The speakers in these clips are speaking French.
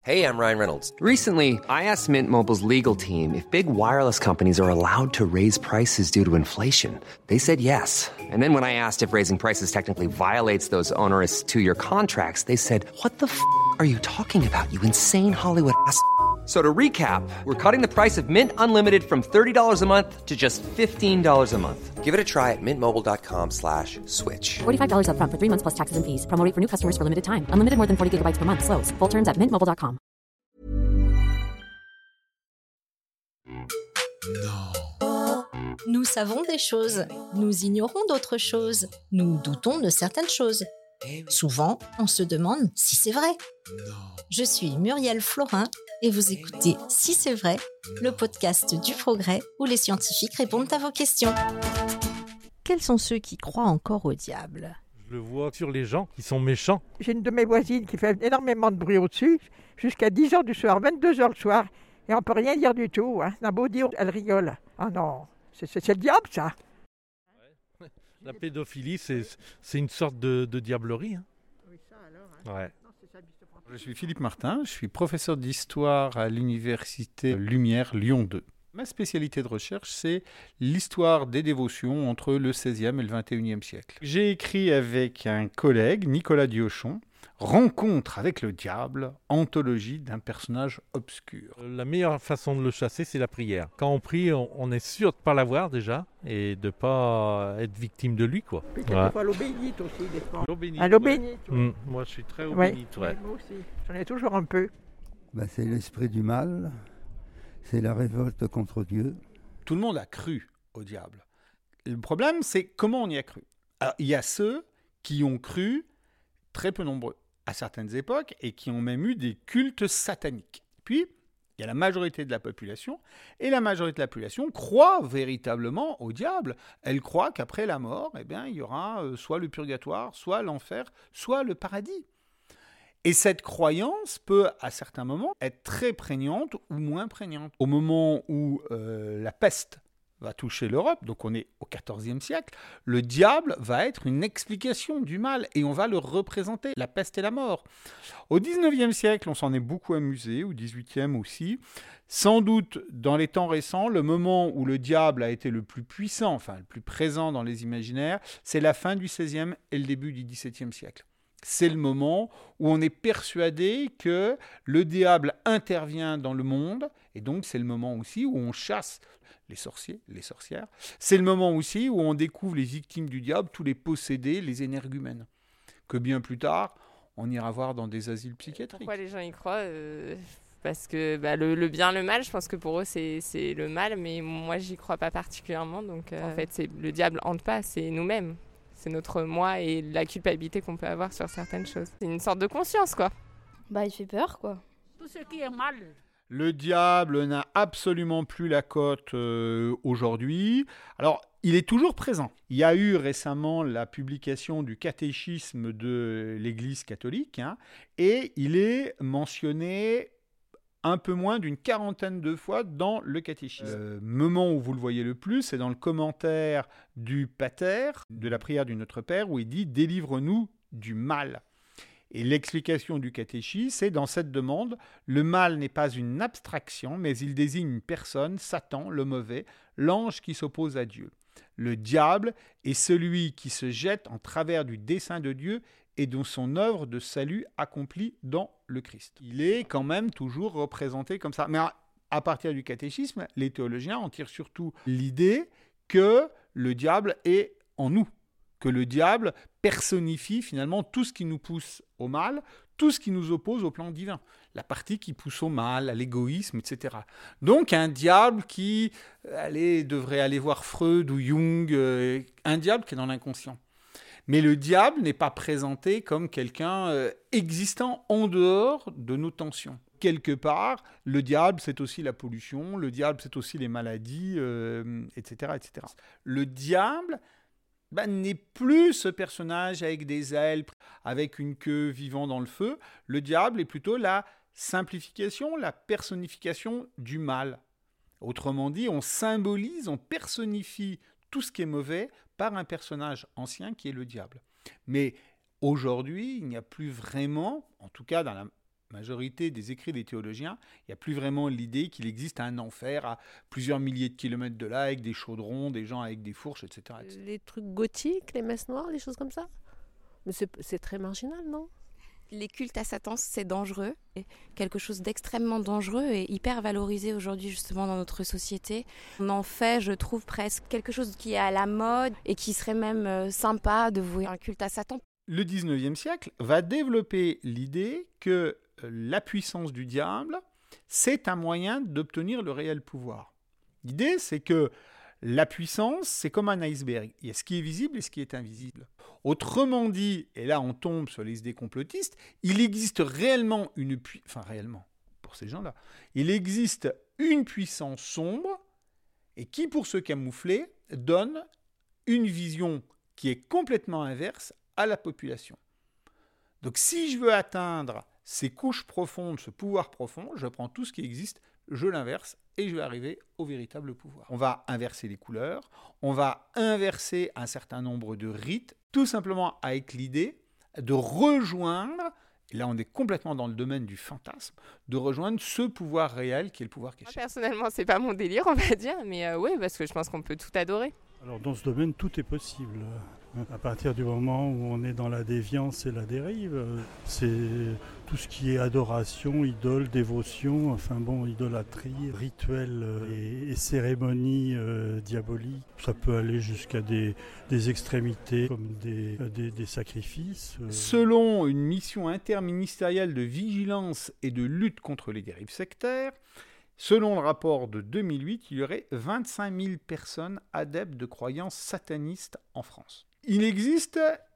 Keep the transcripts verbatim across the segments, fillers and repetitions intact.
Hey, I'm Ryan Reynolds. Recently, I asked Mint Mobile's legal team if big wireless companies are allowed to raise prices due to inflation. They said yes. And then when I asked if raising prices technically violates those onerous two-year contracts, they said, "What the f*** are you talking about, you insane Hollywood ass f- So to recap, we're cutting the price of Mint Unlimited from thirty dollars a month to just fifteen dollars a month. Give it a try at mintmobile.com slash switch. forty-five dollars up front for three months plus taxes and fees. Promo rate for new customers for limited time. Unlimited more than forty gigabytes per month. Slows full terms at mint mobile dot com. Nous savons des choses, nous ignorons d'autres choses, nous doutons de certaines choses. Souvent, on se demande si c'est vrai. Je suis Muriel Florin et vous écoutez Si c'est vrai, le podcast du progrès où les scientifiques répondent à vos questions. Quels sont ceux qui croient encore au diable ? Je le vois sur les gens qui sont méchants. J'ai une de mes voisines qui fait énormément de bruit au-dessus, jusqu'à dix heures du soir, vingt-deux heures le soir, et on ne peut rien dire du tout. Hein. On a beau dire, elle rigole. Ah non, c'est, c'est, c'est le diable, ça. Ouais. La pédophilie, c'est, c'est une sorte de, de diablerie. Hein. Oui, ça alors. Hein. Ouais. Je suis Philippe Martin, je suis professeur d'histoire à l'université Lumière Lyon deux. Ma spécialité de recherche, c'est l'histoire des dévotions entre le seizième et le vingt et unième siècle. J'ai écrit avec un collègue, Nicolas Diochon, Rencontre avec le diable, anthologie d'un personnage obscur. La meilleure façon de le chasser, c'est la prière. Quand on prie, on, on est sûr de ne pas l'avoir déjà et de ne pas être victime de lui, quoi. Puis quelquefois ouais. L'eau bénite aussi, des fois. L'eau bénite. À l'eau ouais. bénite. Ouais. Mmh. Moi, je suis très eau ouais. bénite. Ouais. Moi aussi. J'en ai toujours un peu. Ben, c'est l'esprit du mal. C'est la révolte contre Dieu. Tout le monde a cru au diable. Le problème, c'est comment on y a cru. Alors, il y a ceux qui ont cru, très peu nombreux, à certaines époques, et qui ont même eu des cultes sataniques. Puis, il y a la majorité de la population, et la majorité de la population croit véritablement au diable. Elle croit qu'après la mort, eh bien, il y aura euh, soit le purgatoire, soit l'enfer, soit le paradis. Et cette croyance peut, à certains moments, être très prégnante ou moins prégnante. Au moment où euh, la peste va toucher l'Europe, donc on est au quatorzième siècle, le diable va être une explication du mal et on va le représenter, la peste et la mort. Au dix-neuvième siècle, on s'en est beaucoup amusé, au dix-huitième aussi. Sans doute, dans les temps récents, le moment où le diable a été le plus puissant, enfin le plus présent dans les imaginaires, c'est la fin du seizième et le début du dix-septième siècle. C'est le moment où on est persuadé que le diable intervient dans le monde, et donc c'est le moment aussi où on chasse les sorciers, les sorcières. C'est le moment aussi où on découvre les victimes du diable, tous les possédés, les énergumènes, que bien plus tard, on ira voir dans des asiles psychiatriques. Pourquoi les gens y croient euh, Parce que bah, le, le bien, le mal, je pense que pour eux, c'est, c'est le mal, mais moi, j'y crois pas particulièrement. Donc, euh, en fait, c'est, le diable hante pas, c'est nous-mêmes. C'est notre moi et la culpabilité qu'on peut avoir sur certaines choses. C'est une sorte de conscience, quoi. Bah, il fait peur, quoi. Tout ce qui est mal. Le diable n'a absolument plus la cote euh, aujourd'hui. Alors, il est toujours présent. Il y a eu récemment la publication du catéchisme de l'Église catholique, hein, et il est mentionné un peu moins d'une quarantaine de fois dans le catéchisme. Le moment où vous le voyez le plus, c'est dans le commentaire du Pater, de la prière du Notre Père, où il dit « Délivre-nous du mal ». Et l'explication du catéchisme, c'est dans cette demande, le mal n'est pas une abstraction, mais il désigne une personne, Satan, le mauvais, l'ange qui s'oppose à Dieu. Le diable est celui qui se jette en travers du dessein de Dieu et dont son œuvre de salut accomplie dans le Christ. Il est quand même toujours représenté comme ça. Mais à, à partir du catéchisme, les théologiens en tirent surtout l'idée que le diable est en nous, que le diable personnifie finalement tout ce qui nous pousse au mal, tout ce qui nous oppose au plan divin, la partie qui pousse au mal, à l'égoïsme, et cetera. Donc un diable qui allez, devrait aller voir Freud ou Jung, euh, un diable qui est dans l'inconscient. Mais le diable n'est pas présenté comme quelqu'un euh, existant en dehors de nos tensions. Quelque part, le diable, c'est aussi la pollution, le diable, c'est aussi les maladies, euh, et cetera, et cetera. Le diable ben, n'est plus ce personnage avec des ailes, avec une queue vivant dans le feu. Le diable est plutôt la simplification, la personnification du mal. Autrement dit, on symbolise, on personnifie tout ce qui est mauvais par un personnage ancien qui est le diable. Mais aujourd'hui, il n'y a plus vraiment, en tout cas dans la majorité des écrits des théologiens, il n'y a plus vraiment l'idée qu'il existe un enfer à plusieurs milliers de kilomètres de là, avec des chaudrons, des gens avec des fourches, et cetera et cetera. Les trucs gothiques, les messes noires, les choses comme ça. Mais c'est, c'est très marginal, non ? Les cultes à Satan, c'est dangereux, c'est quelque chose d'extrêmement dangereux et hyper valorisé aujourd'hui justement dans notre société. On en fait, je trouve, presque quelque chose qui est à la mode et qui serait même sympa de vouer un culte à Satan. Le dix-neuvième siècle va développer l'idée que la puissance du diable, c'est un moyen d'obtenir le réel pouvoir. L'idée, c'est que la puissance, c'est comme un iceberg. Il y a ce qui est visible et ce qui est invisible. Autrement dit, et là on tombe sur les idées complotistes, il existe réellement une puissance, enfin réellement, pour ces gens-là, il existe une puissance sombre et qui, pour se camoufler, donne une vision qui est complètement inverse à la population. Donc si je veux atteindre ces couches profondes, ce pouvoir profond, je prends tout ce qui existe, je l'inverse et je vais arriver au véritable pouvoir. On va inverser les couleurs, on va inverser un certain nombre de rites, tout simplement avec l'idée de rejoindre, et là on est complètement dans le domaine du fantasme, de rejoindre ce pouvoir réel qui est le pouvoir caché. Moi, personnellement, c'est pas mon délire, on va dire, mais euh, oui, parce que je pense qu'on peut tout adorer. Alors dans ce domaine, tout est possible. À partir du moment où on est dans la déviance et la dérive, c'est tout ce qui est adoration, idole, dévotion, enfin bon, idolâtrie, rituel et, et cérémonies euh, diaboliques. Ça peut aller jusqu'à des, des extrémités comme des, des, des sacrifices. Euh. Selon une mission interministérielle de vigilance et de lutte contre les dérives sectaires, selon le rapport de deux mille huit, il y aurait vingt-cinq mille personnes adeptes de croyances satanistes en France. Il existe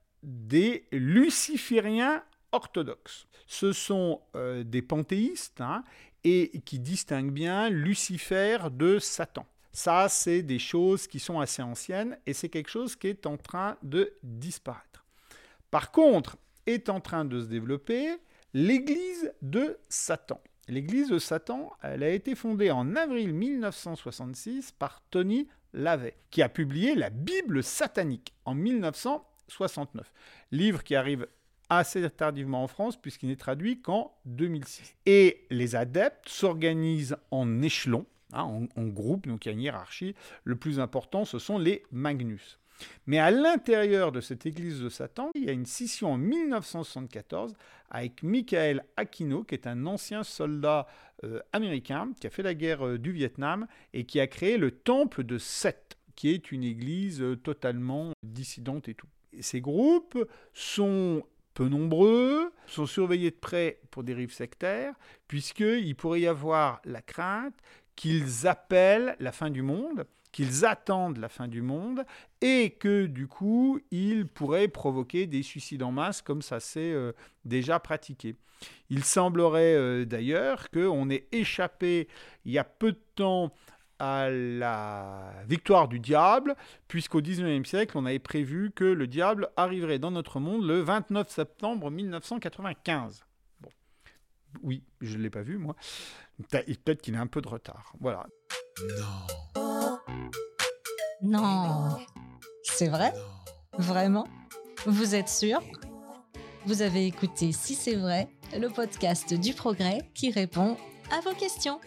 des lucifériens orthodoxes. Ce sont euh, des panthéistes hein, et qui distinguent bien Lucifer de Satan. Ça, c'est des choses qui sont assez anciennes et c'est quelque chose qui est en train de disparaître. Par contre, est en train de se développer l'Église de Satan. L'Église de Satan, elle a été fondée en avril mille neuf cent soixante-six par Tony LaVey, qui a publié la Bible satanique en mille neuf cent soixante-neuf. Livre qui arrive assez tardivement en France puisqu'il n'est traduit qu'en deux mille six. Et les adeptes s'organisent en échelons, hein, en, en groupes, donc il y a une hiérarchie. Le plus important, ce sont les Magnus. Mais à l'intérieur de cette église de Satan, il y a une scission en mille neuf cent soixante-quatorze avec Michael Aquino, qui est un ancien soldat euh, américain qui a fait la guerre euh, du Vietnam et qui a créé le temple de Seth, qui est une église euh, totalement dissidente et tout. Et ces groupes sont peu nombreux, sont surveillés de près pour des dérives sectaires, puisqu'il pourrait y avoir la crainte qu'ils appellent la fin du monde, qu'ils attendent la fin du monde et que du coup, ils pourraient provoquer des suicides en masse comme ça s'est euh, déjà pratiqué. Il semblerait euh, d'ailleurs qu'on ait échappé il y a peu de temps à la victoire du diable, puisqu'au dix-neuvième siècle, on avait prévu que le diable arriverait dans notre monde le vingt-neuf septembre mille neuf cent quatre-vingt-quinze. Bon. Oui, je ne l'ai pas vu, moi. Peut-être qu'il a un peu de retard. Voilà. Non. Non. C'est vrai ? Vraiment ? Vous êtes sûr ? Vous avez écouté Si c'est vrai, le podcast du Progrès qui répond à vos questions.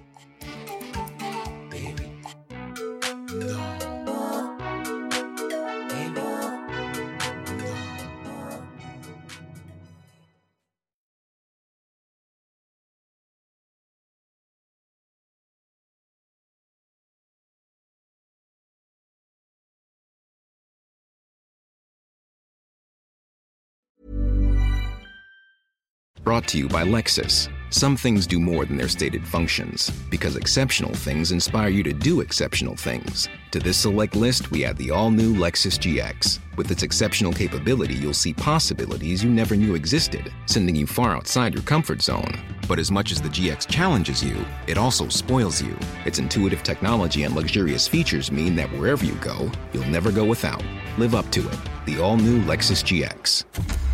Brought to you by Lexus. Some things do more than their stated functions, because exceptional things inspire you to do exceptional things. To this select list, we add the all-new Lexus G X. With its exceptional capability, you'll see possibilities you never knew existed, sending you far outside your comfort zone. But as much as the G X challenges you, it also spoils you. Its intuitive technology and luxurious features mean that wherever you go, you'll never go without. Live up to it. The all-new Lexus G X.